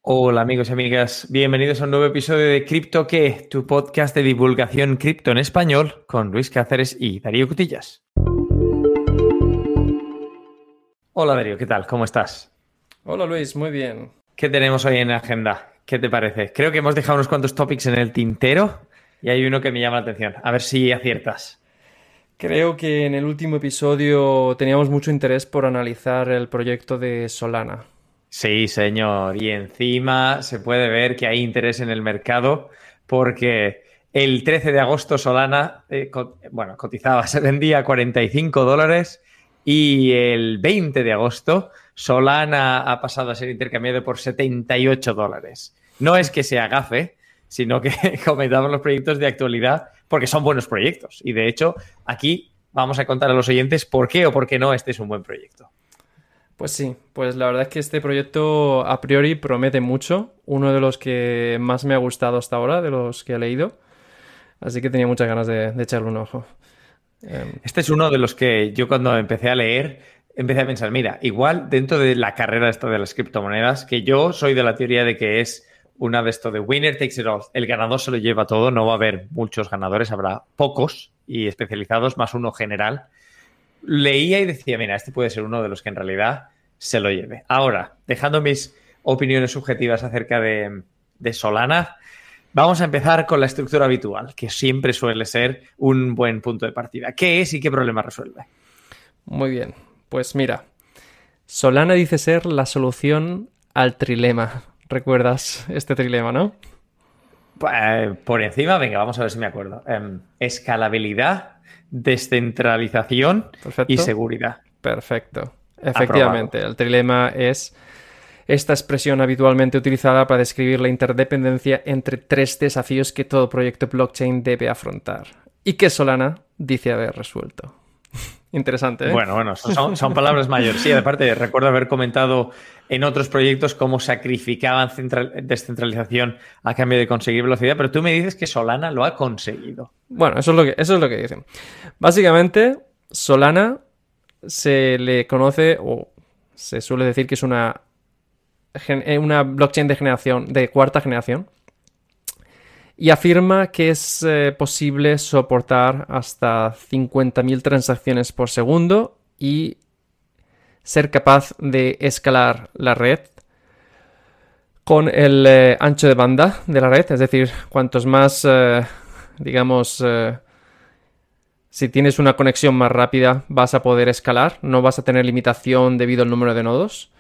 Hola amigos y amigas, bienvenidos a un nuevo episodio de Cripto ¿Qué? Tu podcast de divulgación cripto en español con Luis Cáceres y Darío Cutillas. Hola Darío, ¿qué tal? ¿Cómo estás? Hola Luis, muy bien. ¿Qué tenemos hoy en la agenda? ¿Qué te parece? Creo que hemos dejado unos cuantos topics en el tintero y hay uno que me llama la atención. A ver si aciertas. Creo que en el último episodio teníamos mucho interés por analizar el proyecto de Solana. Sí, señor. Y encima se puede ver que hay interés en el mercado porque el 13 de agosto Solana, cotizaba, se vendía a $45 y el 20 de agosto Solana ha pasado a ser intercambiado por $78. No es que sea gafe, sino que comentamos los proyectos de actualidad porque son buenos proyectos. Y de hecho, aquí vamos a contar a los oyentes por qué o por qué no este es un buen proyecto. Pues sí, pues la verdad es que este proyecto a priori promete mucho, uno de los que más me ha gustado hasta ahora, de los que he leído, así que tenía muchas ganas de echarle un ojo. Este es uno de los que yo cuando empecé a leer, empecé a pensar, mira, igual dentro de la carrera esta de las criptomonedas, que yo soy de la teoría de que es una de esto de winner takes it all, el ganador se lo lleva todo, no va a haber muchos ganadores, habrá pocos y especializados, más uno general. Leía y decía, mira, este puede ser uno de los que en realidad se lo lleve. Ahora, dejando mis opiniones subjetivas acerca de Solana, vamos a empezar con la estructura habitual, que siempre suele ser un buen punto de partida. ¿Qué es y qué problema resuelve? Muy bien, pues mira, Solana dice ser la solución al trilema. ¿Recuerdas este trilema, no? Por encima, venga, vamos a ver si me acuerdo. Escalabilidad, descentralización y Perfecto. seguridad. Perfecto. Aprobado. Efectivamente, el trilema es esta expresión habitualmente utilizada para describir la interdependencia entre tres desafíos que todo proyecto blockchain debe afrontar y que Solana dice haber resuelto. Interesante, ¿eh? Bueno, son palabras mayores. Sí, aparte, recuerdo haber comentado en otros proyectos cómo sacrificaban descentralización a cambio de conseguir velocidad, pero tú me dices que Solana lo ha conseguido. Bueno, eso es lo que dicen. Básicamente, Solana se le conoce o se suele decir que es una blockchain de cuarta generación. Y afirma que es posible soportar hasta 50.000 transacciones por segundo y ser capaz de escalar la red con el ancho de banda de la red. Es decir, cuantos más, digamos, si tienes una conexión más rápida vas a poder escalar, no vas a tener limitación debido al número de nodos,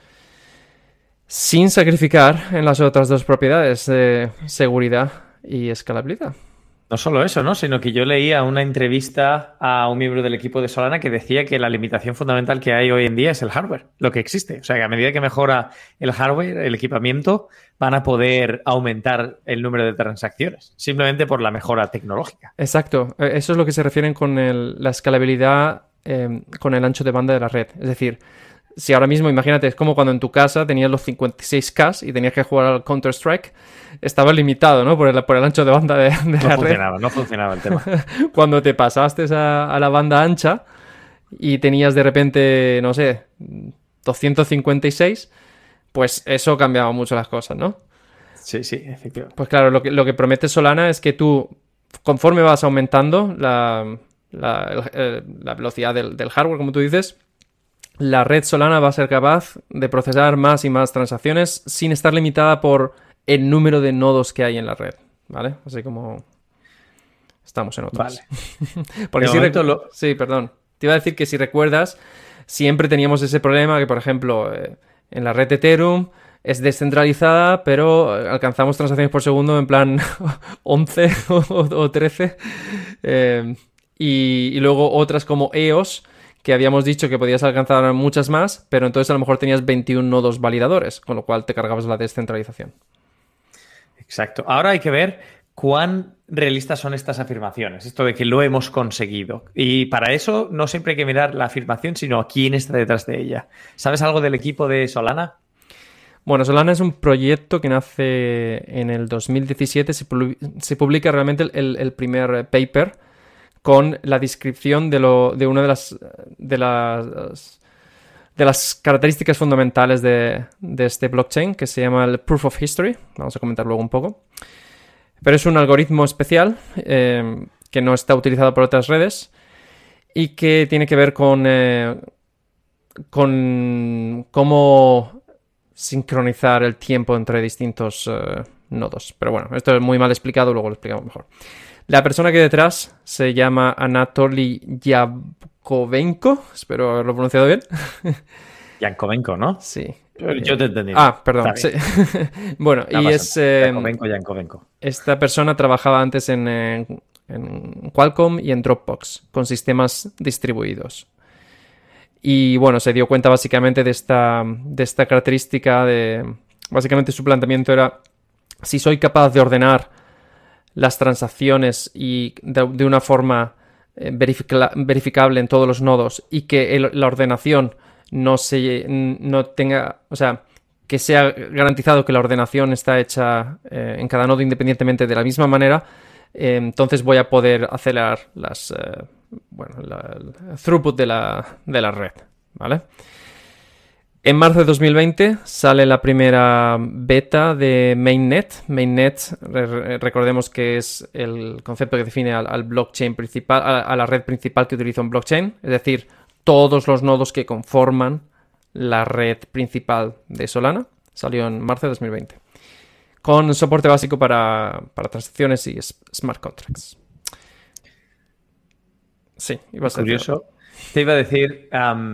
sin sacrificar en las otras dos propiedades de seguridad y escalabilidad. No solo eso, ¿no? Sino que yo leía una entrevista a un miembro del equipo de Solana que decía que la limitación fundamental que hay hoy en día es el hardware, lo que existe. O sea, que a medida que mejora el hardware, el equipamiento, van a poder aumentar el número de transacciones, simplemente por la mejora tecnológica. Exacto, eso es lo que se refieren con la escalabilidad con el ancho de banda de la red. Es decir, si ahora mismo, imagínate, es como cuando en tu casa tenías los 56K y tenías que jugar al Counter-Strike, estaba limitado, ¿no? Por el ancho de banda de la red. No funcionaba el tema. Cuando te pasaste a la banda ancha y tenías de repente, no sé, 256, pues eso cambiaba mucho las cosas, ¿no? Sí, sí, efectivamente. Pues claro, lo que promete Solana es que tú, conforme vas aumentando la velocidad del hardware, como tú dices, la red Solana va a ser capaz de procesar más y más transacciones sin estar limitada por el número de nodos que hay en la red, ¿vale? Así como estamos en otras. Vale. Porque De momento lo... sí, perdón. Te iba a decir que si recuerdas, siempre teníamos ese problema que, por ejemplo, en la red de Ethereum es descentralizada, pero alcanzamos transacciones por segundo en plan 11 o 13. Y luego otras como EOS, que habíamos dicho que podías alcanzar muchas más, pero entonces a lo mejor tenías 21 nodos validadores, con lo cual te cargabas la descentralización. Exacto. Ahora hay que ver cuán realistas son estas afirmaciones, esto de que lo hemos conseguido. Y para eso no siempre hay que mirar la afirmación, sino a quién está detrás de ella. ¿Sabes algo del equipo de Solana? Bueno, Solana es un proyecto que nace en el 2017, se publica realmente el primer paper con la descripción de una de las de las características fundamentales de este blockchain, que se llama el Proof of History. Vamos a comentar luego un poco. Pero es un algoritmo especial que no está utilizado por otras redes y que tiene que ver con cómo sincronizar el tiempo entre distintos nodos. Pero bueno, esto es muy mal explicado, luego lo explicamos mejor. La persona que hay detrás se llama Anatoly Yakovenko, espero haberlo pronunciado bien. Yankovenko, ¿no? Sí. Yo te entendí. Perdón. Sí. Bueno, no y es... Yankovenko. Esta persona trabajaba antes en Qualcomm y en Dropbox, con sistemas distribuidos. Y bueno, se dio cuenta básicamente de esta característica de... Básicamente su planteamiento era, si soy capaz de ordenar las transacciones y de una forma verificable en todos los nodos y que la ordenación no tenga... O sea, que sea garantizado que la ordenación está hecha en cada nodo independientemente de la misma manera, entonces voy a poder acelerar el throughput de la red, ¿vale? En marzo de 2020 sale la primera beta de Mainnet. Mainnet, recordemos que es el concepto que define al blockchain principal, a la red principal que utiliza un blockchain, es decir, todos los nodos que conforman la red principal de Solana. Salió en marzo de 2020. Con soporte básico para transacciones y smart contracts. Sí, iba a ser curioso. Te iba a decir,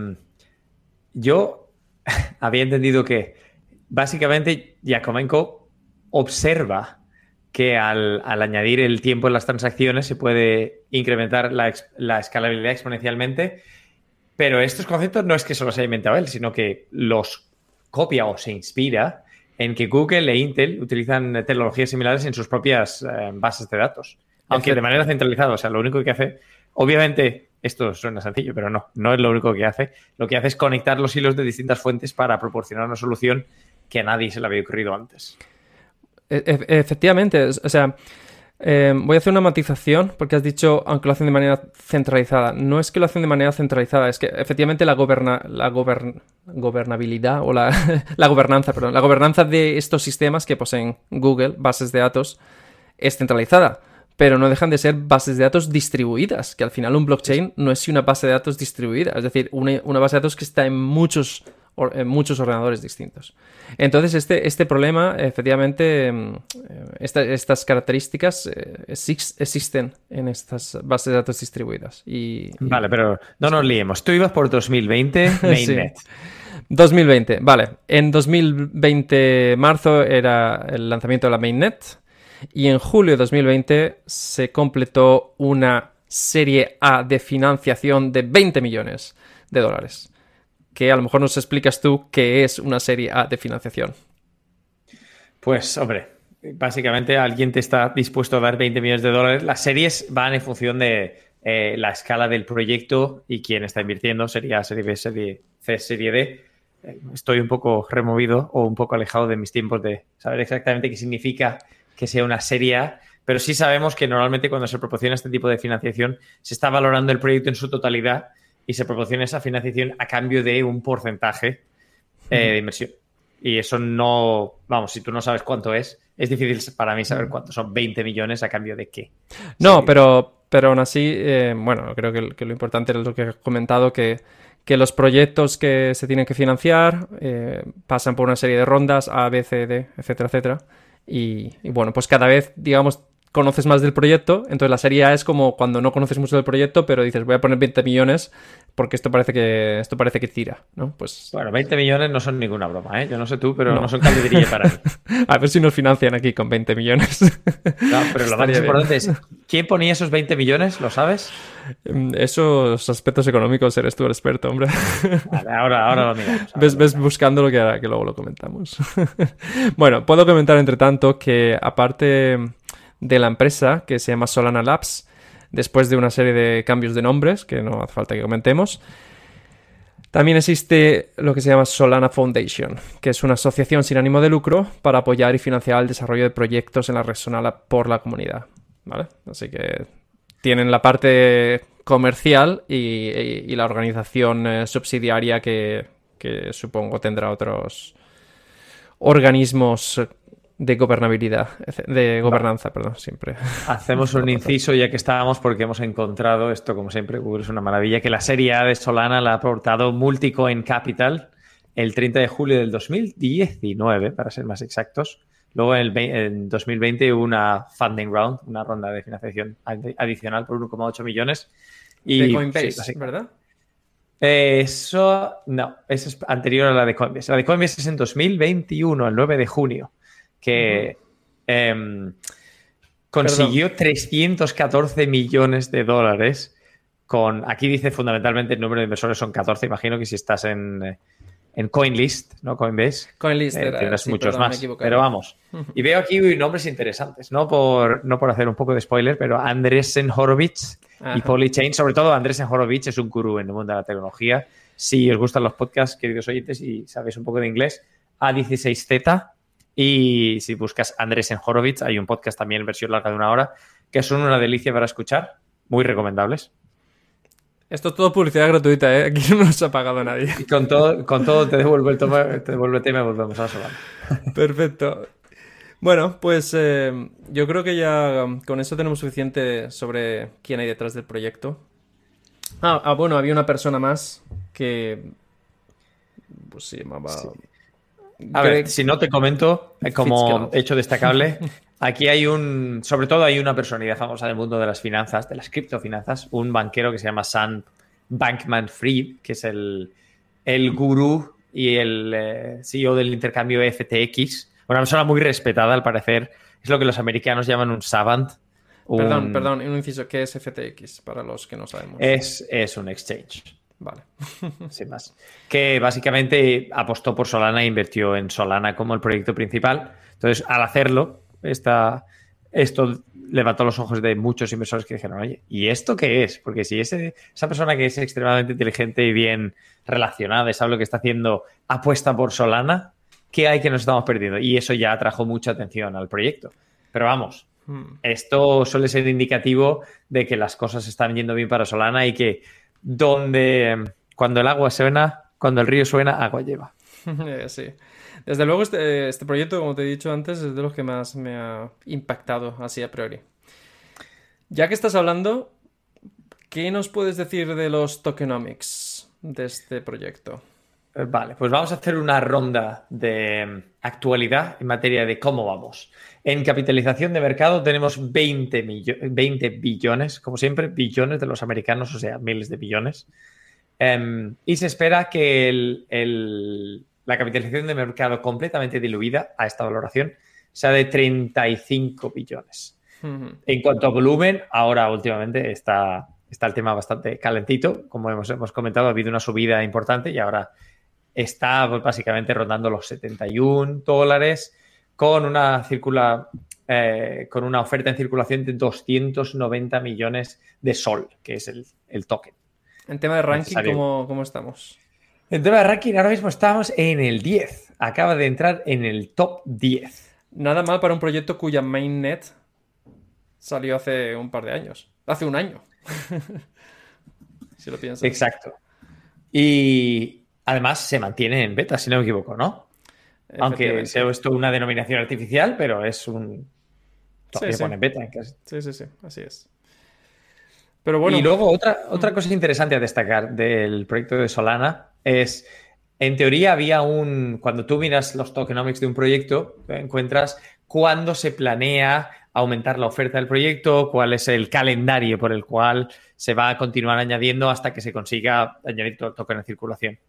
yo había entendido que básicamente Yakovenko observa que al añadir el tiempo en las transacciones se puede incrementar la escalabilidad exponencialmente, pero estos conceptos no es que solo se haya inventado él, sino que los copia o se inspira en que Google e Intel utilizan tecnologías similares en sus propias bases de datos, aunque de manera centralizada. O sea, lo único que hace, obviamente, esto suena sencillo, pero no es lo único que hace. Lo que hace es conectar los hilos de distintas fuentes para proporcionar una solución que a nadie se le había ocurrido antes. Efectivamente, o sea, voy a hacer una matización porque has dicho, aunque lo hacen de manera centralizada. No es que lo hacen de manera centralizada, es que efectivamente la gobernabilidad o la gobernanza de estos sistemas que poseen Google, bases de datos, es centralizada. Pero no dejan de ser bases de datos distribuidas, que al final un blockchain no es una base de datos distribuida, es decir, una base de datos que está en muchos ordenadores distintos. Entonces, este problema, efectivamente, estas características existen en estas bases de datos distribuidas. Vale, pero no nos liemos. Tú ibas por 2020, Mainnet. Sí. 2020, vale. En 2020, marzo, era el lanzamiento de la Mainnet. Y en julio de 2020 se completó una serie A de financiación de 20 millones de dólares. Que a lo mejor nos explicas tú qué es una serie A de financiación. Pues, hombre, básicamente alguien te está dispuesto a dar 20 millones de dólares. Las series van en función de la escala del proyecto y quién está invirtiendo. Sería serie B, serie C, serie D. Estoy un poco removido o un poco alejado de mis tiempos de saber exactamente qué significa que sea una serie A, pero sí sabemos que normalmente cuando se proporciona este tipo de financiación se está valorando el proyecto en su totalidad y se proporciona esa financiación a cambio de un porcentaje de inversión. Y eso no, vamos, si tú no sabes cuánto es difícil para mí saber cuánto son 20 millones a cambio de qué. No, pero aún así, bueno, creo que lo importante es lo que he comentado, que los proyectos que se tienen que financiar pasan por una serie de rondas A, B, C, D, etcétera, etcétera. Y bueno, pues cada vez, digamos, conoces más del proyecto. Entonces la serie A es como cuando no conoces mucho del proyecto, pero dices, voy a poner 20 millones porque esto parece que tira, ¿no? Pues... Bueno, 20 millones no son ninguna broma, ¿eh? Yo no sé tú, pero no son calderilla para mí. A ver si nos financian aquí con 20 millones. No, pero lo más importante es, ¿quién ponía esos 20 millones? ¿Lo sabes? Esos aspectos económicos eres tú el experto, hombre. Vale, ahora lo miramos. Ves buscando lo que hará, que luego lo comentamos. Bueno, puedo comentar entre tanto que aparte de la empresa que se llama Solana Labs, después de una serie de cambios de nombres que no hace falta que comentemos, también existe lo que se llama Solana Foundation, que es una asociación sin ánimo de lucro para apoyar y financiar el desarrollo de proyectos en la red Solana por la comunidad, ¿vale? Así que tienen la parte comercial y la organización subsidiaria que que supongo tendrá otros organismos de gobernabilidad, de gobernanza, perdón, siempre. Hacemos un inciso ya que estábamos porque hemos encontrado, esto como siempre, Google es una maravilla, que la serie A de Solana la ha aportado Multicoin Capital el 30 de julio del 2019, para ser más exactos. Luego en 2020 hubo una funding round, una ronda de financiación adicional por 1,8 millones. Y, de Coinbase, sí, ¿verdad? Eso es anterior a la de Coinbase. La de Coinbase es en 2021, el 9 de junio, que consiguió 314 millones de dólares con, aquí dice fundamentalmente el número de inversores son 14, imagino que si estás en CoinList, ¿no? Coinbase, tendrás sí, muchos perdón, más, pero vamos. Y veo aquí nombres interesantes, no por hacer un poco de spoiler, pero Andreessen Horowitz y Polychain, sobre todo Andreessen Horowitz es un gurú en el mundo de la tecnología. Si os gustan los podcasts, queridos oyentes, y sabéis un poco de inglés, A16Z, y si buscas Andreessen Horowitz, hay un podcast también en versión larga de 1 hora, que son una delicia para escuchar, muy recomendables. Esto es todo publicidad gratuita, ¿eh? Aquí no nos ha pagado nadie. Y con todo te devuelvo el tema y volvemos a Solana. Perfecto. Bueno, pues yo creo que ya con eso tenemos suficiente sobre quién hay detrás del proyecto. Bueno, había una persona más que pues, se llamaba... Sí. A ver, si no te comento, como hecho destacable, aquí sobre todo hay una personalidad famosa del mundo de las finanzas, de las criptofinanzas, un banquero que se llama Sam Bankman-Fried, que es el gurú y el CEO del intercambio FTX. Una persona muy respetada, al parecer. Es lo que los americanos llaman un savant. Perdón, un inciso. ¿Qué es FTX? Para los que no sabemos. Es un exchange. Vale. Sin más. Que básicamente apostó por Solana e invirtió en Solana como el proyecto principal. Entonces, al hacerlo, esto levantó los ojos de muchos inversores que dijeron, oye, ¿y esto qué es? Porque si esa persona que es extremadamente inteligente y bien relacionada y sabe lo que está haciendo, apuesta por Solana, ¿qué hay que nos estamos perdiendo? Y eso ya atrajo mucha atención al proyecto. Pero vamos, esto suele ser indicativo de que las cosas están yendo bien para Solana y que cuando el agua suena, cuando el río suena, agua lleva. Sí. Desde luego este proyecto, como te he dicho antes, es de los que más me ha impactado así a priori. Ya que estás hablando, ¿qué nos puedes decir de los tokenomics de este proyecto? Vale, pues vamos a hacer una ronda de actualidad en materia de cómo vamos. En capitalización de mercado tenemos 20 billones, como siempre, billones de los americanos, o sea, miles de billones. Y se espera que la capitalización de mercado completamente diluida a esta valoración sea de 35 billones. En cuanto a volumen, ahora últimamente está el tema bastante calentito. Como hemos comentado, ha habido una subida importante y ahora está pues, básicamente rondando los $71 con una oferta en circulación de 290 millones de SOL, que es el token. En tema de ranking, ¿cómo estamos? En tema de ranking, ahora mismo estamos en el 10. Acaba de entrar en el top 10. Nada mal para un proyecto cuya mainnet salió hace un par de años. Hace un año. Si lo piensas. Exacto. Y además se mantiene en beta, si no me equivoco, ¿no? Aunque sea esto una denominación artificial, pero es un... Todavía pone beta en casi. Sí, así es. Pero bueno. Y luego otra cosa interesante a destacar del proyecto de Solana es, en teoría cuando tú miras los tokenomics de un proyecto, encuentras cuándo se planea aumentar la oferta del proyecto, cuál es el calendario por el cual se va a continuar añadiendo hasta que se consiga añadir todo el token en circulación.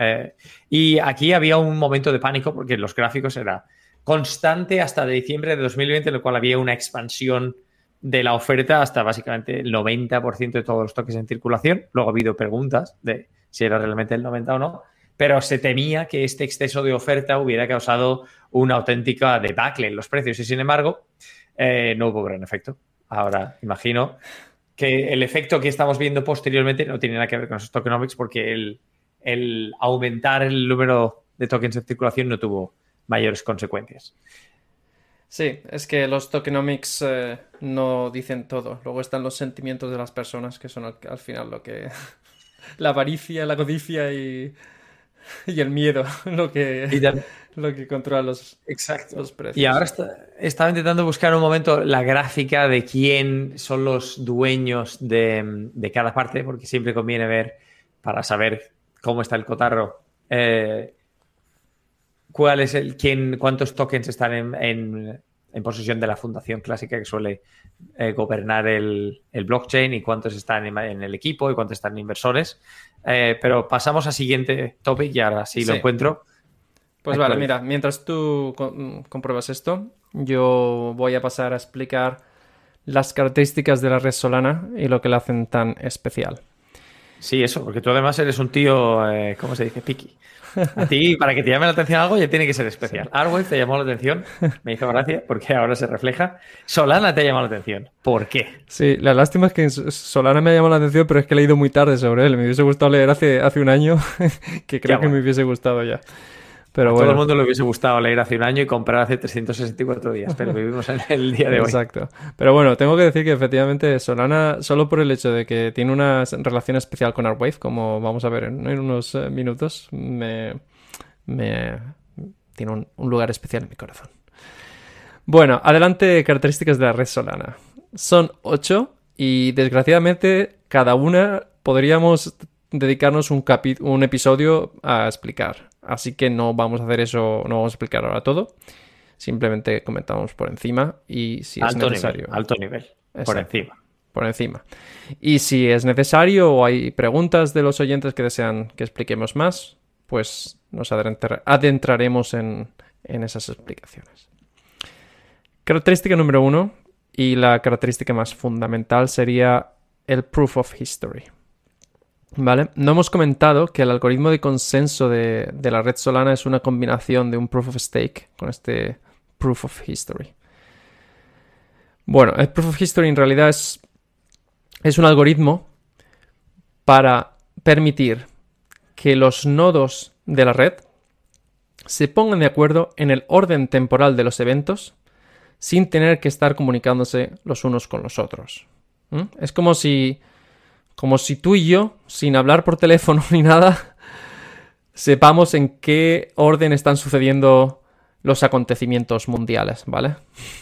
Y aquí había un momento de pánico porque los gráficos era constante hasta diciembre de 2020, en el cual había una expansión de la oferta hasta básicamente el 90% de todos los tokens en circulación. Luego ha habido preguntas de si era realmente el 90 o no, pero se temía que este exceso de oferta hubiera causado una auténtica debacle en los precios y, sin embargo, no hubo gran efecto. Ahora, imagino que el efecto que estamos viendo posteriormente no tiene nada que ver con esos tokenomics porque el aumentar el número de tokens en circulación no tuvo mayores consecuencias. Sí, es que los tokenomics no dicen todo. Luego están los sentimientos de las personas que son al final lo que... la avaricia, la codicia y Y el miedo, Y tam- lo que controla Exacto. los precios. Y ahora estaba intentando buscar un momento la gráfica de quién son los dueños de cada parte, porque siempre conviene ver para saber cómo está el cotarro. Cuál es cuántos tokens están en posesión de la fundación clásica que suele gobernar el blockchain y cuántos están en el equipo y cuántos están en inversores. Pero pasamos al siguiente topic y ahora sí lo encuentro. Pues vale, mira, mientras tú compruebas esto, yo voy a pasar a explicar las características de la red Solana y lo que la hacen tan especial. Sí, eso, porque tú además eres un tío, ¿cómo se dice? Picky. A ti, para que te llame la atención algo, ya tiene que ser especial. Sí. Arwave te llamó la atención, me hizo gracia, porque ahora se refleja. Solana te ha llamado la atención. ¿Por qué? Sí, la lástima es que Solana me ha llamado la atención, pero es que he leído muy tarde sobre él. Me hubiese gustado leer hace un año, que creo que me hubiese gustado ya. Pero a todo el mundo le hubiese gustado leer hace un año y comprar hace 364 días, pero vivimos en el día de hoy. Exacto. Pero bueno, tengo que decir que efectivamente Solana, solo por el hecho de que tiene una relación especial con Arwave, como vamos a ver en unos minutos, tiene un lugar especial en mi corazón. Bueno, adelante, características de la red Solana. Son 8 y desgraciadamente cada una podríamos dedicarnos un episodio a explicar. Así que no vamos a hacer eso, no vamos a explicar ahora todo. Simplemente comentamos por encima y si es necesario. Alto nivel. Exacto. Por encima. Por encima. Y si es necesario o hay preguntas de los oyentes que desean que expliquemos más, pues nos adentraremos en esas explicaciones. Característica número 1 y la característica más fundamental sería el Proof of History. ¿Vale? No hemos comentado que el algoritmo de consenso de la red Solana es una combinación de un Proof of Stake con este Proof of History. Bueno, el Proof of History en realidad es un algoritmo para permitir que los nodos de la red se pongan de acuerdo en el orden temporal de los eventos sin tener que estar comunicándose los unos con los otros. Es como si tú y yo, sin hablar por teléfono ni nada, sepamos en qué orden están sucediendo los acontecimientos mundiales, ¿vale?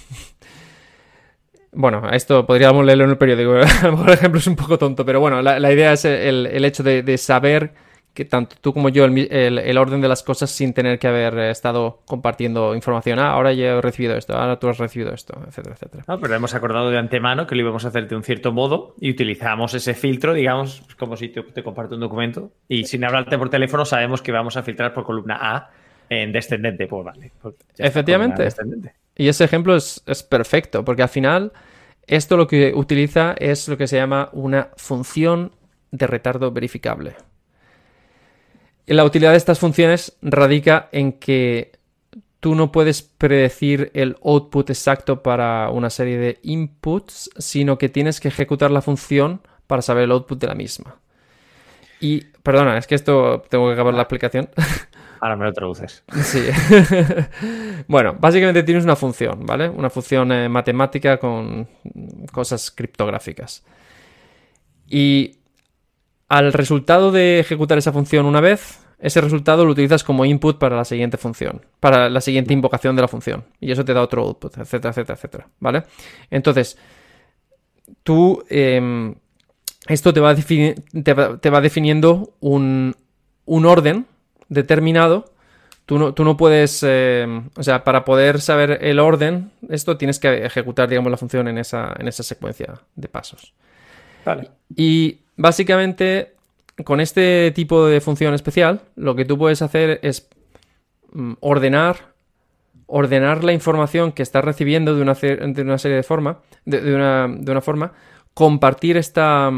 Bueno, esto podríamos leerlo en el periódico. A lo mejor el ejemplo es un poco tonto, pero bueno, la idea es el hecho de saber que tanto tú como yo el orden de las cosas sin tener que haber estado compartiendo información. Ahora yo he recibido esto, ahora tú has recibido esto, etcétera, etcétera. No, pero hemos acordado de antemano que lo íbamos a hacer de un cierto modo y utilizamos ese filtro, digamos, como si te comparto un documento y sin hablarte por teléfono sabemos que vamos a filtrar por columna A en descendente. Pues vale. Pues efectivamente. Descendente. Y ese ejemplo es perfecto porque al final esto lo que utiliza es lo que se llama una función de retardo verificable. La utilidad de estas funciones radica en que tú no puedes predecir el output exacto para una serie de inputs, sino que tienes que ejecutar la función para saber el output de la misma. Y, perdona, es que esto tengo que acabar la explicación. Ahora me lo traduces. Sí. Bueno, básicamente tienes una función, ¿vale? Una función matemática con cosas criptográficas. Y al resultado de ejecutar esa función una vez, ese resultado lo utilizas como input para la siguiente función, para la siguiente invocación de la función. Y eso te da otro output, etcétera, etcétera, etcétera, ¿vale? Entonces, tú, esto te va definiendo un orden determinado. Tú no puedes, o sea, para poder saber el orden, esto tienes que ejecutar, digamos, la función en esa secuencia de pasos. Vale. Y básicamente, con este tipo de función especial, lo que tú puedes hacer es ordenar la información que estás recibiendo de una serie de forma, de una forma, compartir esta...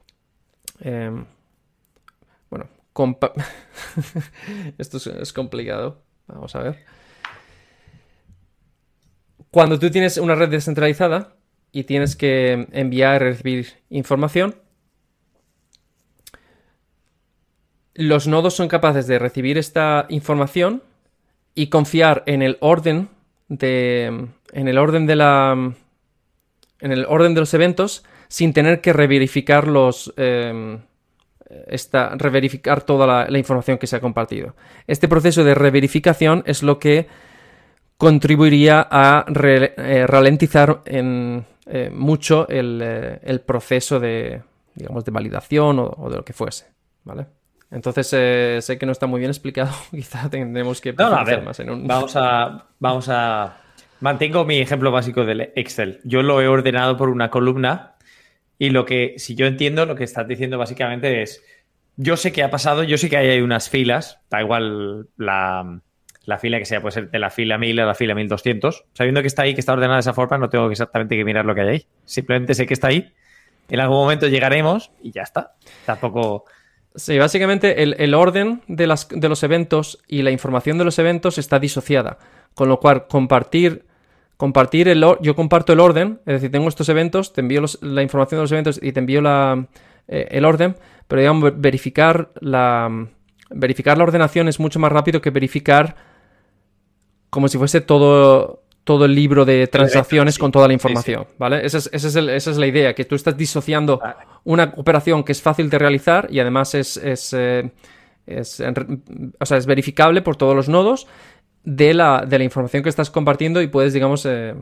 esto es complicado. Vamos a ver. Cuando tú tienes una red descentralizada y tienes que enviar y recibir información, los nodos son capaces de recibir esta información y confiar en el orden de los eventos sin tener que reverificar reverificar toda la información que se ha compartido. Este proceso de reverificación es lo que contribuiría a ralentizar mucho el proceso de, digamos, de validación o de lo que fuese, ¿vale? Entonces, sé que no está muy bien explicado. Quizá tendremos que profundizar más en un... Vamos a... Mantengo mi ejemplo básico del Excel. Yo lo he ordenado por una columna y si yo entiendo, lo que estás diciendo básicamente es, yo sé qué ha pasado, yo sé que hay unas filas, da igual la fila que sea, puede ser de la fila 1000 a la fila 1200. Sabiendo que está ahí, que está ordenada de esa forma, no tengo exactamente que mirar lo que hay ahí. Simplemente sé que está ahí. En algún momento llegaremos y ya está. Tampoco... Sí, básicamente el orden de los eventos y la información de los eventos está disociada. Con lo cual, yo comparto el orden, es decir, tengo estos eventos, te envío la información de los eventos y te envío el orden, pero digamos, verificar la ordenación es mucho más rápido que verificar como si fuese todo el libro de transacciones con toda la información, sí. ¿Vale? Esa es la idea, que tú estás disociando una operación que es fácil de realizar y además es verificable por todos los nodos de la información que estás compartiendo y puedes, digamos,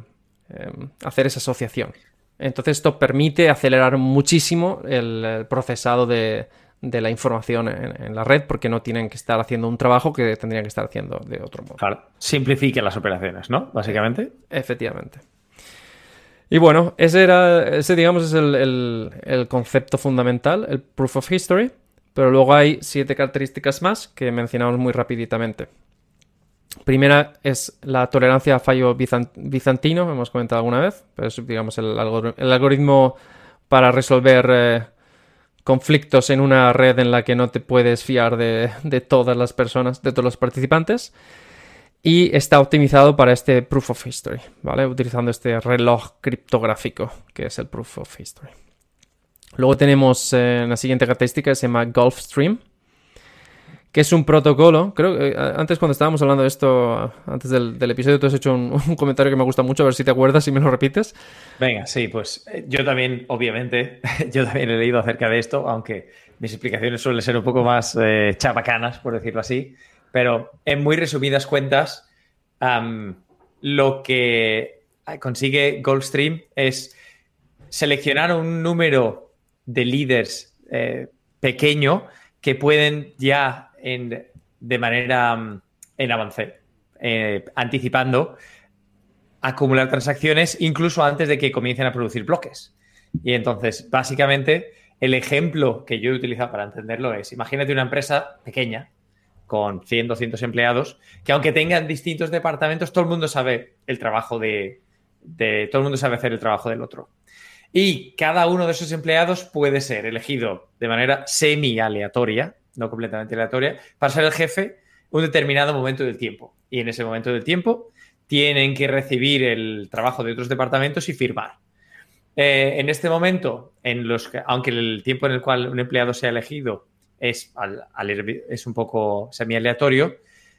hacer esa asociación. Entonces esto permite acelerar muchísimo el procesado de la información en la red, porque no tienen que estar haciendo un trabajo que tendrían que estar haciendo de otro modo. Claro, simplifica las operaciones, ¿no? Básicamente. Efectivamente. Y bueno, ese digamos, es el concepto fundamental, el Proof of History, pero luego hay 7 características más que mencionamos muy rapiditamente. Primera es la tolerancia a fallo bizantino, hemos comentado alguna vez, pero es, digamos, el algoritmo para resolver conflictos en una red en la que no te puedes fiar de todas las personas, de todos los participantes. Y está optimizado para este Proof of History, ¿vale? Utilizando este reloj criptográfico, que es el Proof of History. Luego tenemos la siguiente característica, que se llama Gulfstream, que es un protocolo. Creo que antes, cuando estábamos hablando de esto, antes del episodio, tú has hecho un comentario que me gusta mucho, a ver si te acuerdas y me lo repites. Venga, sí, pues yo también, obviamente, yo también he leído acerca de esto, aunque mis explicaciones suelen ser un poco más chabacanas, por decirlo así, pero en muy resumidas cuentas, lo que consigue Gulfstream es seleccionar un número de líderes pequeño que pueden ya de manera en avance, anticipando, acumular transacciones incluso antes de que comiencen a producir bloques. Y entonces, básicamente, el ejemplo que yo he utilizado para entenderlo es, imagínate una empresa pequeña con 100, 200 empleados, que aunque tengan distintos departamentos, todo el mundo sabe el trabajo todo el mundo sabe hacer el trabajo del otro. Y cada uno de esos empleados puede ser elegido de manera semi-aleatoria, no completamente aleatoria, para ser el jefe un determinado momento del tiempo. Y en ese momento del tiempo tienen que recibir el trabajo de otros departamentos y firmar. En este momento, aunque el tiempo en el cual un empleado sea elegido es un poco semi-aleatorio,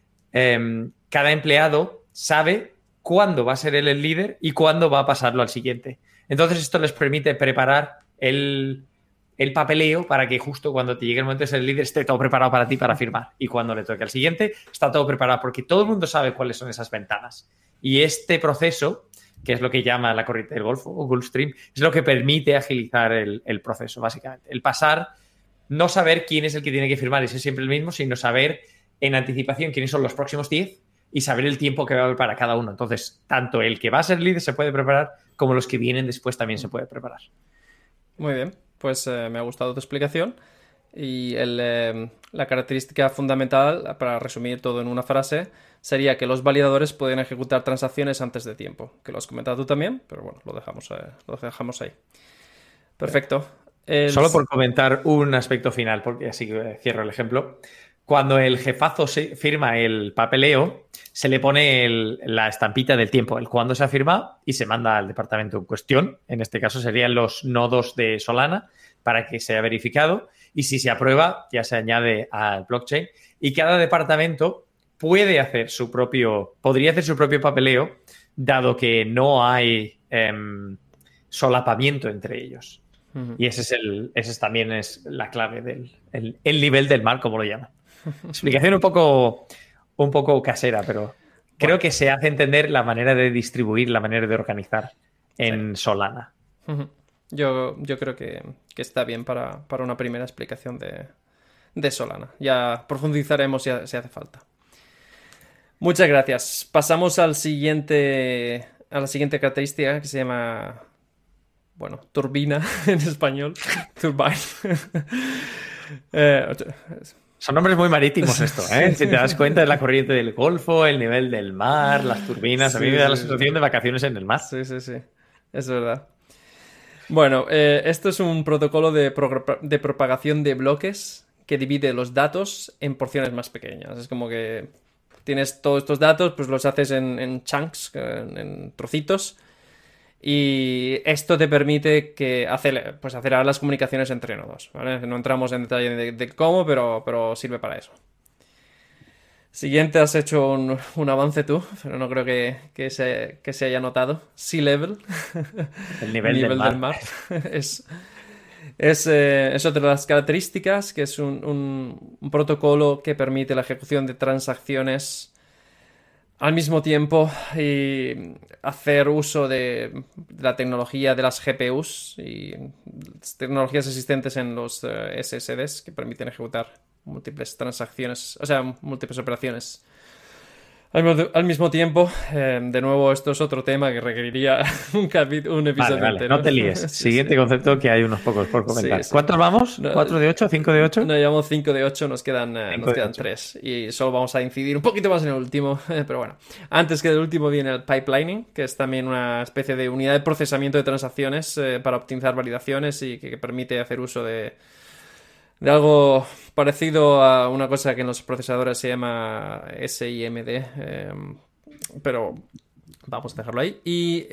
cada empleado sabe cuándo va a ser él el líder y cuándo va a pasarlo al siguiente. Entonces esto les permite preparar el papeleo para que justo cuando te llegue el momento de ser el líder esté todo preparado para ti para firmar. Y cuando le toque al siguiente, está todo preparado porque todo el mundo sabe cuáles son esas ventanas. Y este proceso, que es lo que llama la corriente del Golfo o Gulfstream, es lo que permite agilizar el proceso, básicamente. El pasar, no saber quién es el que tiene que firmar y ser siempre el mismo, sino saber en anticipación quiénes son los próximos 10 y saber el tiempo que va a haber para cada uno. Entonces, tanto el que va a ser líder se puede preparar como los que vienen después también se puede preparar. Muy bien, pues me ha gustado tu explicación. Y la característica fundamental, para resumir todo en una frase, sería que los validadores pueden ejecutar transacciones antes de tiempo. Que lo has comentado tú también, pero bueno, lo dejamos ahí. Perfecto. Solo por comentar un aspecto final, porque así cierro el ejemplo. Cuando el jefazo firma el papeleo, se le pone la estampita del tiempo, el cuándo se ha firmado, y se manda al departamento en cuestión. En este caso serían los nodos de Solana para que sea verificado. Y si se aprueba, ya se añade al blockchain. Y cada departamento podría hacer su propio papeleo, dado que no hay solapamiento entre ellos. Y ese también es la clave el nivel del mar, como lo llaman. Explicación un poco casera, pero creo Bueno, que se hace entender la manera de distribuir, la manera de organizar sí. en Solana. Yo creo que está bien para una primera explicación de Solana. Ya profundizaremos si hace falta. Muchas gracias. Pasamos a la siguiente característica que se llama, bueno, turbina en español. Turbine. Eh, Son nombres muy marítimos esto, ¿eh? Si te das cuenta, es la corriente del Golfo, el nivel del mar, las turbinas. A mí me da la sensación de vacaciones en el mar. Sí. Es verdad. Bueno, esto es un protocolo de propagación de bloques que divide los datos en porciones más pequeñas. Es como que tienes todos estos datos, pues los haces en chunks, en trocitos, y esto te permite acelerar las comunicaciones entre nodos, ¿vale? No entramos en detalle de cómo, pero sirve para eso. Siguiente, has hecho un avance tú, pero no creo que se haya notado. Sea level. El nivel del mar. Es otra de las características, que es un protocolo que permite la ejecución de transacciones al mismo tiempo y hacer uso de la tecnología de las GPUs y tecnologías existentes en los SSDs que permiten ejecutar múltiples transacciones, o sea, múltiples operaciones al mismo tiempo. De nuevo, esto es otro tema que requeriría un episodio Vale, entero. no te líes. Siguiente concepto, que hay unos pocos por comentar. Sí. ¿Cuántos vamos? ¿4 de 8? ¿5 de 8? No, llevamos 5 de 8, nos quedan 8. 3. Y solo vamos a incidir un poquito más en el último. Pero bueno, antes que del último viene el pipelining, que es también una especie de unidad de procesamiento de transacciones para optimizar validaciones y que permite hacer uso de algo parecido a una cosa que en los procesadores se llama SIMD, pero vamos a dejarlo ahí. Y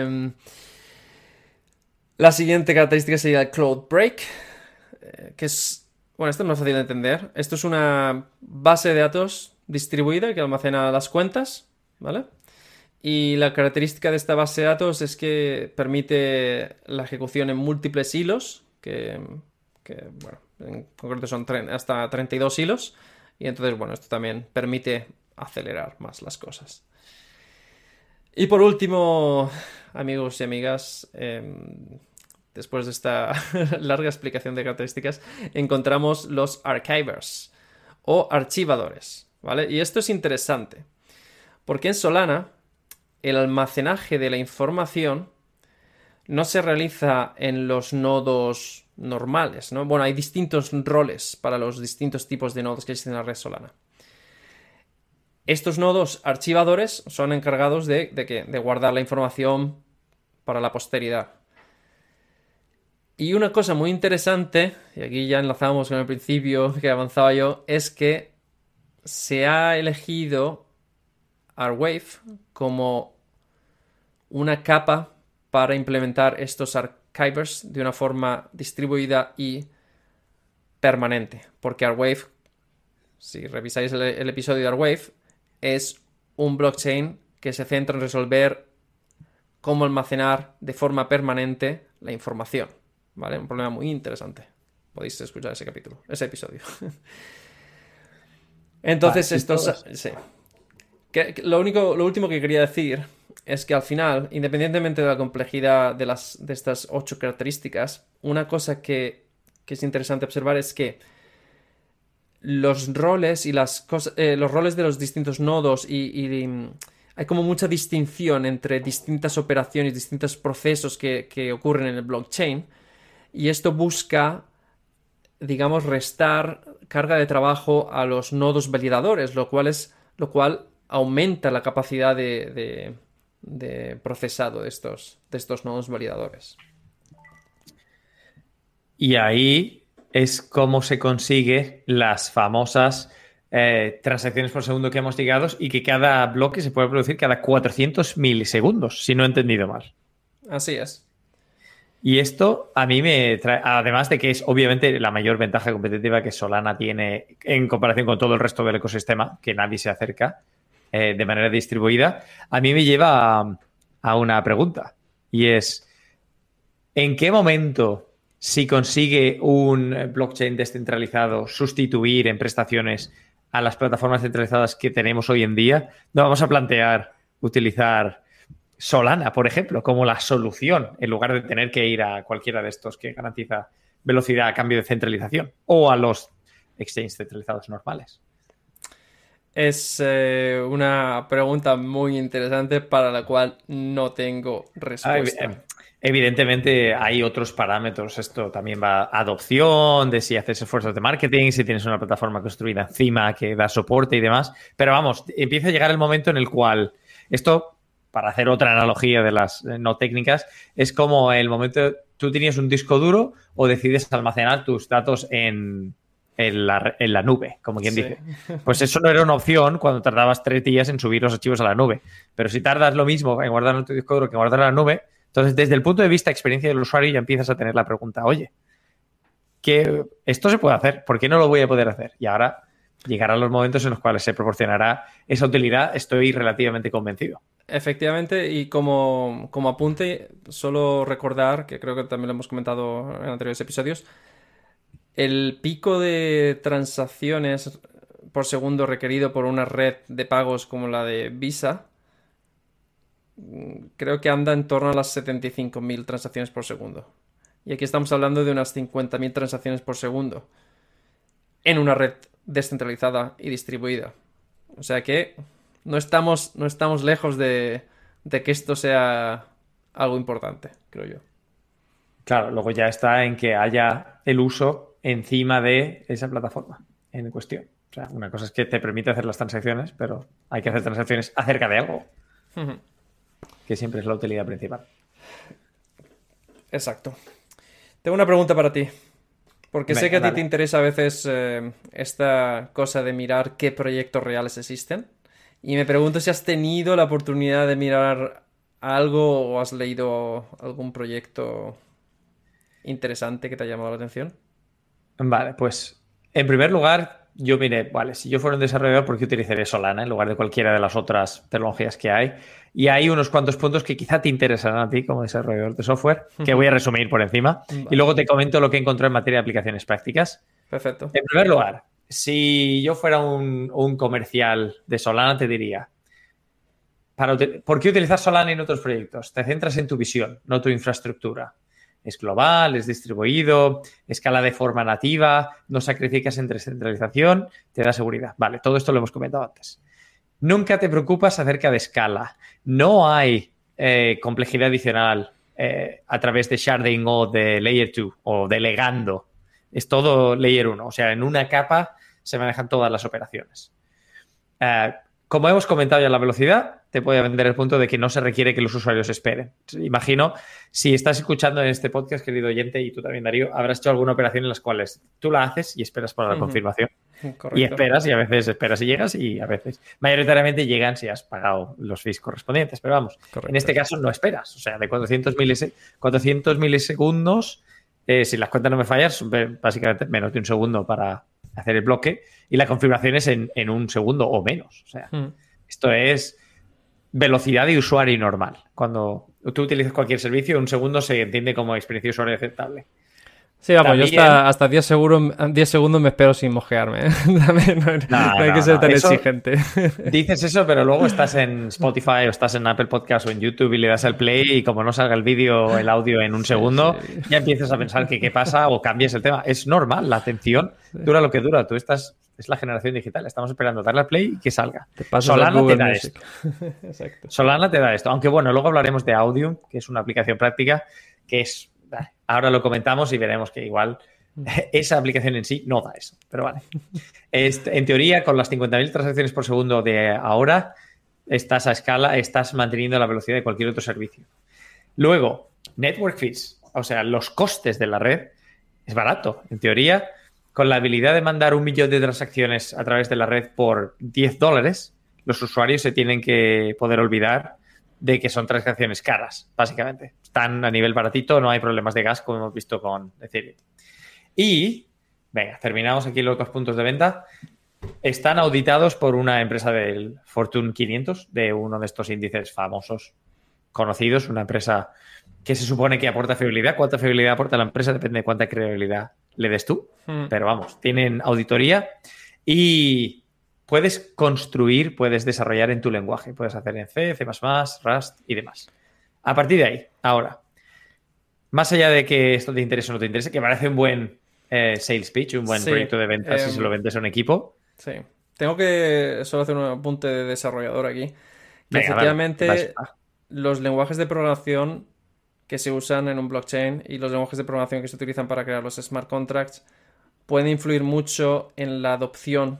la siguiente característica sería el Cloud Break, que es, bueno, esto no es fácil de entender. Esto es una base de datos distribuida que almacena las cuentas, ¿vale? Y la característica de esta base de datos es que permite la ejecución en múltiples hilos, que bueno, en concreto son hasta 32 hilos, y entonces, bueno, esto también permite acelerar más las cosas. Y por último, amigos y amigas, después de esta larga explicación de características, encontramos los archivers o archivadores, ¿vale? Y esto es interesante, porque en Solana el almacenaje de la información no se realiza en los nodos normales, ¿no? Bueno, hay distintos roles para los distintos tipos de nodos que existen en la red Solana. Estos nodos archivadores son encargados de guardar la información para la posteridad. Y una cosa muy interesante, y aquí ya enlazamos con el principio que avanzaba yo, es que se ha elegido Arwave como una capa para implementar estos archivers de una forma distribuida y permanente. Porque Arwave, si revisáis el episodio de Arwave, es un blockchain que se centra en resolver cómo almacenar de forma permanente la información, ¿vale? Un problema muy interesante. Podéis escuchar ese episodio. Entonces, vale, sí. Lo último que quería decir es que al final, independientemente de la complejidad de estas 8 características, una cosa que es interesante observar es que los roles y los roles de los distintos nodos y hay como mucha distinción entre distintas operaciones, distintos procesos que ocurren en el blockchain, y esto busca, digamos, restar carga de trabajo a los nodos validadores, lo cual aumenta la capacidad de procesado de estos nodos validadores. Y ahí es como se consigue las famosas transacciones por segundo que hemos llegado y que cada bloque se puede producir cada 400 milisegundos, si no he entendido mal. Así es. Y esto a mí me trae, además de que es obviamente la mayor ventaja competitiva que Solana tiene en comparación con todo el resto del ecosistema, que nadie se acerca de manera distribuida, a mí me lleva a una pregunta. Y es, ¿en qué momento si consigue un blockchain descentralizado sustituir en prestaciones a las plataformas centralizadas que tenemos hoy en día, nos vamos a plantear utilizar Solana, por ejemplo, como la solución en lugar de tener que ir a cualquiera de estos que garantiza velocidad a cambio de centralización o a los exchanges centralizados normales. Es una pregunta muy interesante para la cual no tengo respuesta. Evidentemente hay otros parámetros. Esto también va a adopción, de si haces esfuerzos de marketing, si tienes una plataforma construida encima que da soporte y demás. Pero vamos, empieza a llegar el momento en el cual esto, para hacer otra analogía de las no técnicas, es como el momento, tú tenías un disco duro o decides almacenar tus datos en la nube, como quien dice. Pues eso no era una opción cuando tardabas 3 días en subir los archivos a la nube. Pero si tardas lo mismo en guardar en tu disco duro que en guardar en la nube, entonces desde el punto de vista de experiencia del usuario ya empiezas a tener la pregunta, oye, ¿qué esto se puede hacer? ¿Por qué no lo voy a poder hacer? Y ahora llegarán los momentos en los cuales se proporcionará esa utilidad, estoy relativamente convencido. Efectivamente, y como apunte, solo recordar, que creo que también lo hemos comentado en anteriores episodios, el pico de transacciones por segundo requerido por una red de pagos como la de Visa, creo que anda en torno a las 75.000 transacciones por segundo. Y aquí estamos hablando de unas 50.000 transacciones por segundo en una red descentralizada y distribuida. O sea que no estamos lejos de que esto sea algo importante, creo yo. Claro, luego ya está en que haya el uso encima de esa plataforma en cuestión. O sea, una cosa es que te permite hacer las transacciones, pero hay que hacer transacciones acerca de algo, que siempre es la utilidad principal. Exacto. Tengo una pregunta para ti, porque sé que a ti dale. te interesa a veces esta cosa de mirar qué proyectos reales existen, y me pregunto si has tenido la oportunidad de mirar algo o has leído algún proyecto interesante que te ha llamado la atención. Vale, pues en primer lugar, yo miré, vale, si yo fuera un desarrollador, ¿por qué utilizaría Solana en lugar de cualquiera de las otras tecnologías que hay? Y hay unos cuantos puntos que quizá te interesarán a ti como desarrollador de software, que voy a resumir por encima, y luego te comento lo que encontré en materia de aplicaciones prácticas. Perfecto. En primer lugar, si yo fuera un comercial de Solana, te diría, ¿por qué utilizar Solana en otros proyectos? Te centras en tu visión, no tu infraestructura. Es global, es distribuido, escala de forma nativa, no sacrificas en descentralización, te da seguridad. Vale, todo esto lo hemos comentado antes. Nunca te preocupas acerca de escala. No hay complejidad adicional a través de sharding o de layer 2 o delegando. Es todo layer 1. O sea, en una capa se manejan todas las operaciones. Como hemos comentado ya, la velocidad te puede vender el punto de que no se requiere que los usuarios esperen. Imagino, si estás escuchando en este podcast, querido oyente, y tú también, Darío, habrás hecho alguna operación en las cuales tú la haces y esperas por la confirmación. Correcto. Y esperas, y a veces esperas y llegas, y a veces mayoritariamente llegan si has pagado los fees correspondientes. Pero vamos, Correcto. En este caso no esperas. O sea, de 400 milisegundos, si las cuentas no me fallan, son básicamente menos de un segundo para hacer el bloque, y la confirmación es en un segundo o menos. O sea, esto es velocidad de usuario normal. Cuando tú utilizas cualquier servicio, un segundo se entiende como experiencia de usuario aceptable. Sí, vamos, También, yo hasta 10 segundos me espero sin mojearme. No hay que ser tan exigente. Dices eso, pero luego estás en Spotify o estás en Apple Podcast o en YouTube y le das al play y como no salga el vídeo o el audio en un segundo, ya empiezas a pensar que qué pasa o cambias el tema. Es normal, la atención dura lo que dura. Tú estás... Es la generación digital. Estamos esperando darle al play y que salga. Solana te da esto. Exacto. Solana te da esto. Aunque bueno, luego hablaremos de Audium, que es una aplicación práctica que es... Ahora lo comentamos y veremos que igual esa aplicación en sí no da eso. Pero vale. En teoría, con las 50.000 transacciones por segundo de ahora, estás a escala, estás manteniendo la velocidad de cualquier otro servicio. Luego, network fees. O sea, los costes de la red es barato. En teoría, con la habilidad de mandar 1 millón de transacciones a través de la red por $10, los usuarios se tienen que poder olvidar de que son transacciones caras, básicamente. Están a nivel baratito, no hay problemas de gas, como hemos visto con Ethereum. Y, venga, terminamos aquí los 2 puntos de venta. Están auditados por una empresa del Fortune 500, de uno de estos índices famosos, conocidos, una empresa que se supone que aporta fiabilidad. ¿Cuánta fiabilidad aporta la empresa? Depende de cuánta credibilidad le des tú. Pero vamos, tienen auditoría y puedes construir, puedes desarrollar en tu lenguaje. Puedes hacer en C, C++, Rust y demás. A partir de ahí, ahora, más allá de que esto te interese o no te interese, que parece un buen sales pitch, un buen proyecto de ventas si se lo vendes a un equipo. Sí. Tengo que solo hacer un apunte de desarrollador aquí. Que Venga, efectivamente vale. los lenguajes de programación que se usan en un blockchain y los lenguajes de programación que se utilizan para crear los smart contracts pueden influir mucho en la adopción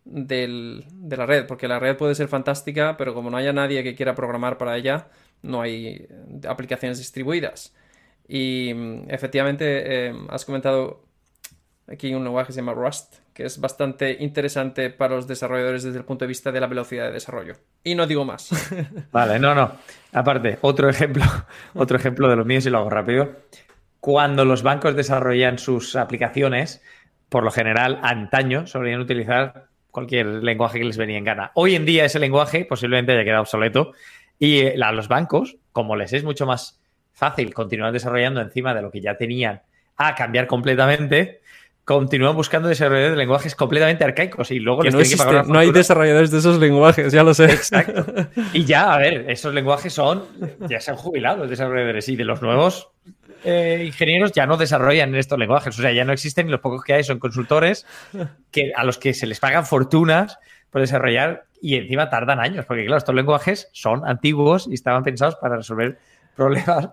de la red, porque la red puede ser fantástica, pero como no haya nadie que quiera programar para ella, no hay aplicaciones distribuidas. Y efectivamente has comentado aquí un lenguaje que se llama Rust, que es bastante interesante para los desarrolladores desde el punto de vista de la velocidad de desarrollo. Y no digo más. Vale, no. Aparte, otro ejemplo de los míos y lo hago rápido. Cuando los bancos desarrollan sus aplicaciones, por lo general, antaño solían utilizar cualquier lenguaje que les venía en gana. Hoy en día ese lenguaje posiblemente haya quedado obsoleto y a los bancos, como les es mucho más fácil continuar desarrollando encima de lo que ya tenían a cambiar completamente, continúan buscando desarrolladores de lenguajes completamente arcaicos y luego les no tienen que pagar una no hay fortuna. desarrolladores de esos lenguajes, ya lo sé. Exacto. Y ya, a ver, esos lenguajes ya se han jubilado los desarrolladores y de los nuevos ingenieros ya no desarrollan en estos lenguajes. O sea, ya no existen y los pocos que hay son consultores a los que se les pagan fortunas por desarrollar y encima tardan años, porque claro, estos lenguajes son antiguos y estaban pensados para resolver problemas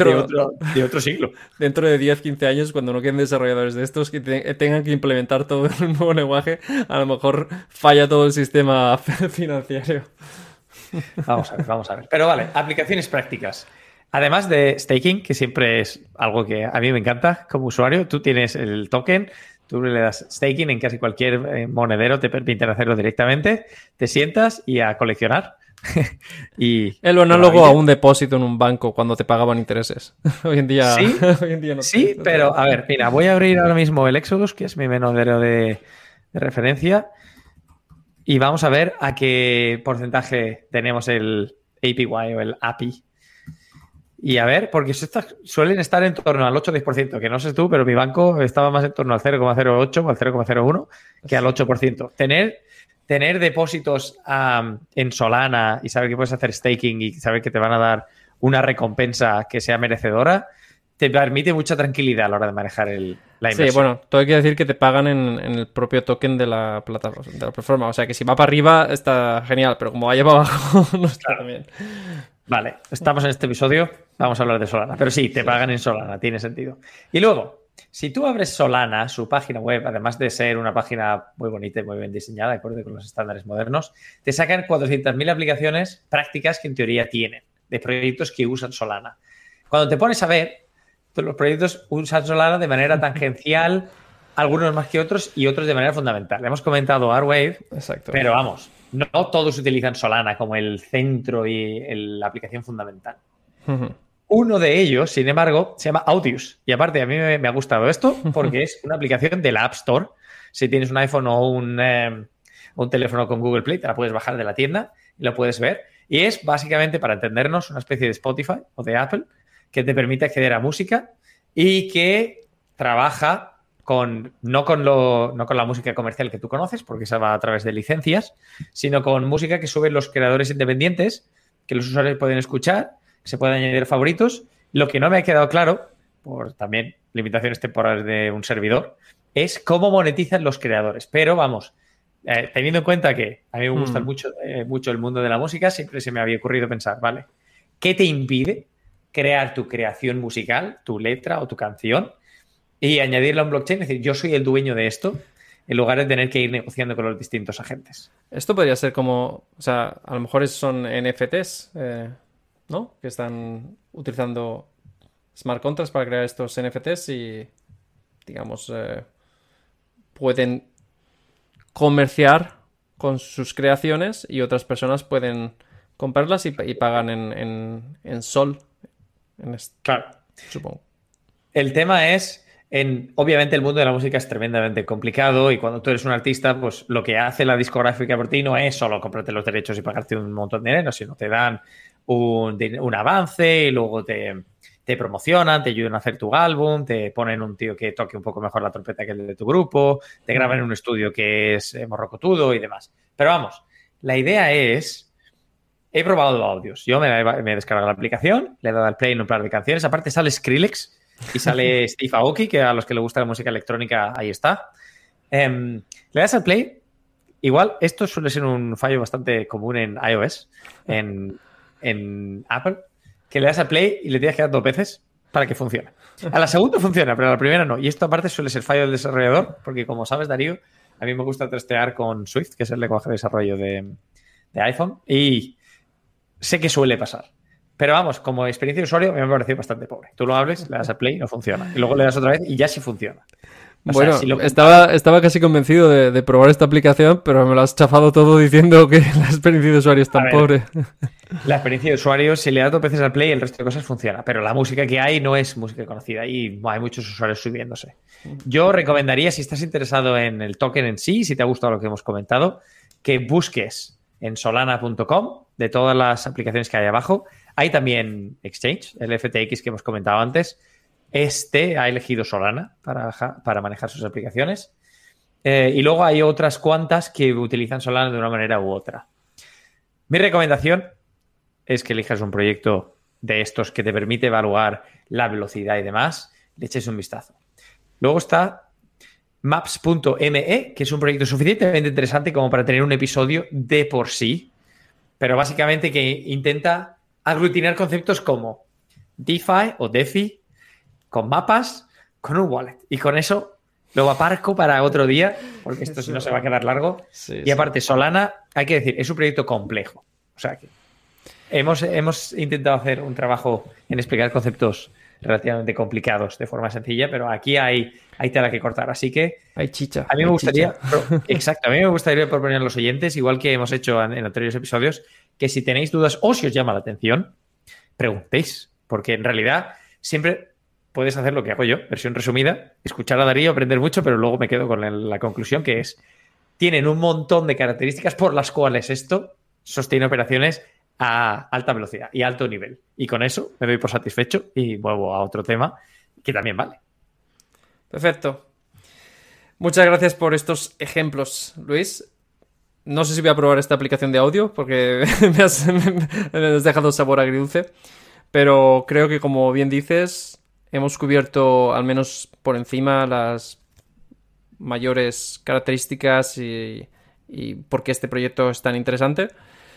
de otro siglo. Dentro de 10, 15 años, cuando no queden desarrolladores de estos que tengan que implementar todo en un nuevo lenguaje, a lo mejor falla todo el sistema financiero. Vamos a ver. Pero vale, aplicaciones prácticas. Además de staking, que siempre es algo que a mí me encanta como usuario, tú tienes el token, tú le das staking en casi cualquier monedero, te permiten hacerlo directamente, te sientas y a coleccionar. Es lo análogo a un depósito en un banco cuando te pagaban intereses. Hoy en día, sí, hoy en día no. Sí, pero a ver, mira, voy a abrir ahora mismo el Exodus, que es mi monedero de referencia, y vamos a ver a qué porcentaje tenemos el APY o el API. Y a ver, porque suelen estar en torno al 8-10%, que no sé tú, pero mi banco estaba más en torno al 0,08 o al 0,01 que al 8%. Tener depósitos en Solana y saber que puedes hacer staking y saber que te van a dar una recompensa que sea merecedora, te permite mucha tranquilidad a la hora de manejar la inversión. Sí, bueno, todo hay que decir que te pagan en el propio token de la plataforma. O sea, que si va para arriba está genial, pero como vaya para abajo no está tan bien. Vale, estamos en este episodio, vamos a hablar de Solana. Pero sí, te pagan en Solana, tiene sentido. Y luego, si tú abres Solana, su página web, además de ser una página muy bonita y muy bien diseñada, de acuerdo con los estándares modernos, te sacan 400.000 aplicaciones prácticas que en teoría tienen, de proyectos que usan Solana. Cuando te pones a ver, los proyectos usan Solana de manera tangencial, algunos más que otros y otros de manera fundamental. Hemos comentado Arwave, exacto, pero vamos, no todos utilizan Solana como el centro y la aplicación fundamental. Uno de ellos, sin embargo, se llama Audius. Y aparte, a mí me ha gustado esto porque es una aplicación de la App Store. Si tienes un iPhone o un teléfono con Google Play, te la puedes bajar de la tienda y lo puedes ver. Y es básicamente, para entendernos, una especie de Spotify o de Apple que te permite acceder a música y que trabaja no con la música comercial que tú conoces, porque esa va a través de licencias, sino con música que suben los creadores independientes, que los usuarios pueden escuchar, que se pueden añadir favoritos. Lo que no me ha quedado claro, por también limitaciones temporales de un servidor, es cómo monetizan los creadores. Pero vamos, teniendo en cuenta que a mí me gusta mucho el mundo de la música, siempre se me había ocurrido pensar, vale, ¿qué te impide crear tu creación musical, tu letra o tu canción y añadirla a un blockchain? Es decir, yo soy el dueño de esto, en lugar de tener que ir negociando con los distintos agentes. Esto podría ser como, o sea, a lo mejor son NFTs, ¿no? Que están utilizando smart contracts para crear estos NFTs y, digamos, pueden comerciar con sus creaciones y otras personas pueden comprarlas y pagan en Sol. Claro. Supongo. El tema es, obviamente el mundo de la música es tremendamente complicado y cuando tú eres un artista, pues lo que hace la discográfica por ti no es solo comprarte los derechos y pagarte un montón de dinero, sino te dan un avance y luego te te promocionan, te ayudan a hacer tu álbum, te ponen un tío que toque un poco mejor la trompeta que el de tu grupo, te graban en un estudio que es morrocotudo y demás. Pero vamos, la idea es... He probado audios. Yo me he descargado la aplicación, le he dado al play en un par de canciones. Aparte sale Skrillex y sale Steve Aoki, que a los que les gusta la música electrónica, ahí está. Le das al play. Igual, esto suele ser un fallo bastante común en iOS, en Apple, que le das al play y le tienes que dar 2 veces para que funcione. A la segunda funciona, pero a la primera no. Y esto aparte suele ser fallo del desarrollador, porque como sabes, Darío, a mí me gusta testear con Swift, que es el lenguaje de desarrollo de iPhone, y sé que suele pasar. Pero vamos, como experiencia de usuario me ha parecido bastante pobre. Tú lo hables, le das al play, no funciona. Y luego le das otra vez y ya sí funciona. Bueno, si estaba casi convencido de probar esta aplicación, pero me lo has chafado todo diciendo que la experiencia de usuario es tan pobre. La experiencia de usuario, si le das 2 veces al play, el resto de cosas funciona. Pero la música que hay no es música conocida y hay muchos usuarios subiéndose. Yo recomendaría, si estás interesado en el token en sí, si te ha gustado lo que hemos comentado, que busques en solana.com de todas las aplicaciones que hay abajo. Hay también Exchange, el FTX que hemos comentado antes. Ha elegido Solana para manejar sus aplicaciones. Y luego hay otras cuantas que utilizan Solana de una manera u otra. Mi recomendación es que elijas un proyecto de estos que te permite evaluar la velocidad y demás. Le eches un vistazo. Luego está Maps.me, que es un proyecto suficientemente interesante como para tener un episodio de por sí, pero básicamente que intenta aglutinar conceptos como DeFi o DeFi, con mapas, con un wallet. Y con eso lo aparco para otro día, porque esto si no se va a quedar largo. Sí, y aparte, Solana, hay que decir, es un proyecto complejo. O sea que hemos intentado hacer un trabajo en explicar conceptos relativamente complicados de forma sencilla, pero aquí hay tela que cortar. Así que hay chicha. A mí me gustaría, exacto, a mí me gustaría proponer a los oyentes, igual que hemos hecho en anteriores episodios, que si tenéis dudas o si os llama la atención, preguntéis, porque en realidad siempre puedes hacer lo que hago yo, versión resumida, escuchar a Darío, aprender mucho, pero luego me quedo con la conclusión que es, tienen un montón de características por las cuales esto sostiene operaciones a alta velocidad y alto nivel. Y con eso me doy por satisfecho y vuelvo a otro tema que también vale. Perfecto. Muchas gracias por estos ejemplos, Luis. No sé si voy a probar esta aplicación de audio porque me has dejado sabor agridulce, pero creo que, como bien dices, hemos cubierto al menos por encima las mayores características y por qué este proyecto es tan interesante.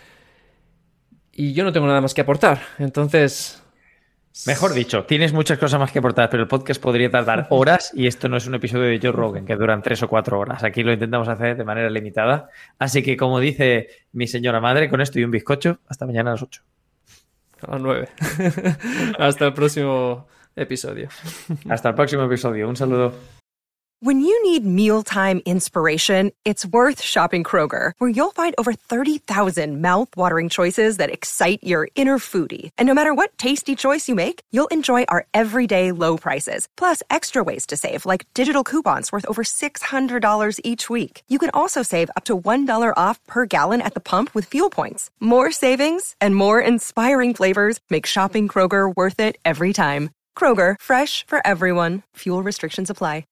Y yo no tengo nada más que aportar, entonces... Mejor dicho, tienes muchas cosas más que aportar, pero el podcast podría tardar horas y esto no es un episodio de Joe Rogan que duran 3 o 4 horas. Aquí lo intentamos hacer de manera limitada. Así que, como dice mi señora madre, con esto y un bizcocho, hasta mañana a las 8. A las 9. Hasta el próximo episodio. Hasta el próximo episodio. Un saludo. When you need mealtime inspiration, it's worth shopping Kroger, where you'll find over 30,000 mouth-watering choices that excite your inner foodie. And no matter what tasty choice you make, you'll enjoy our everyday low prices, plus extra ways to save, like digital coupons worth over $600 each week. You can also save up to $1 off per gallon at the pump with fuel points. More savings and more inspiring flavors make shopping Kroger worth it every time. Kroger, fresh for everyone. Fuel restrictions apply.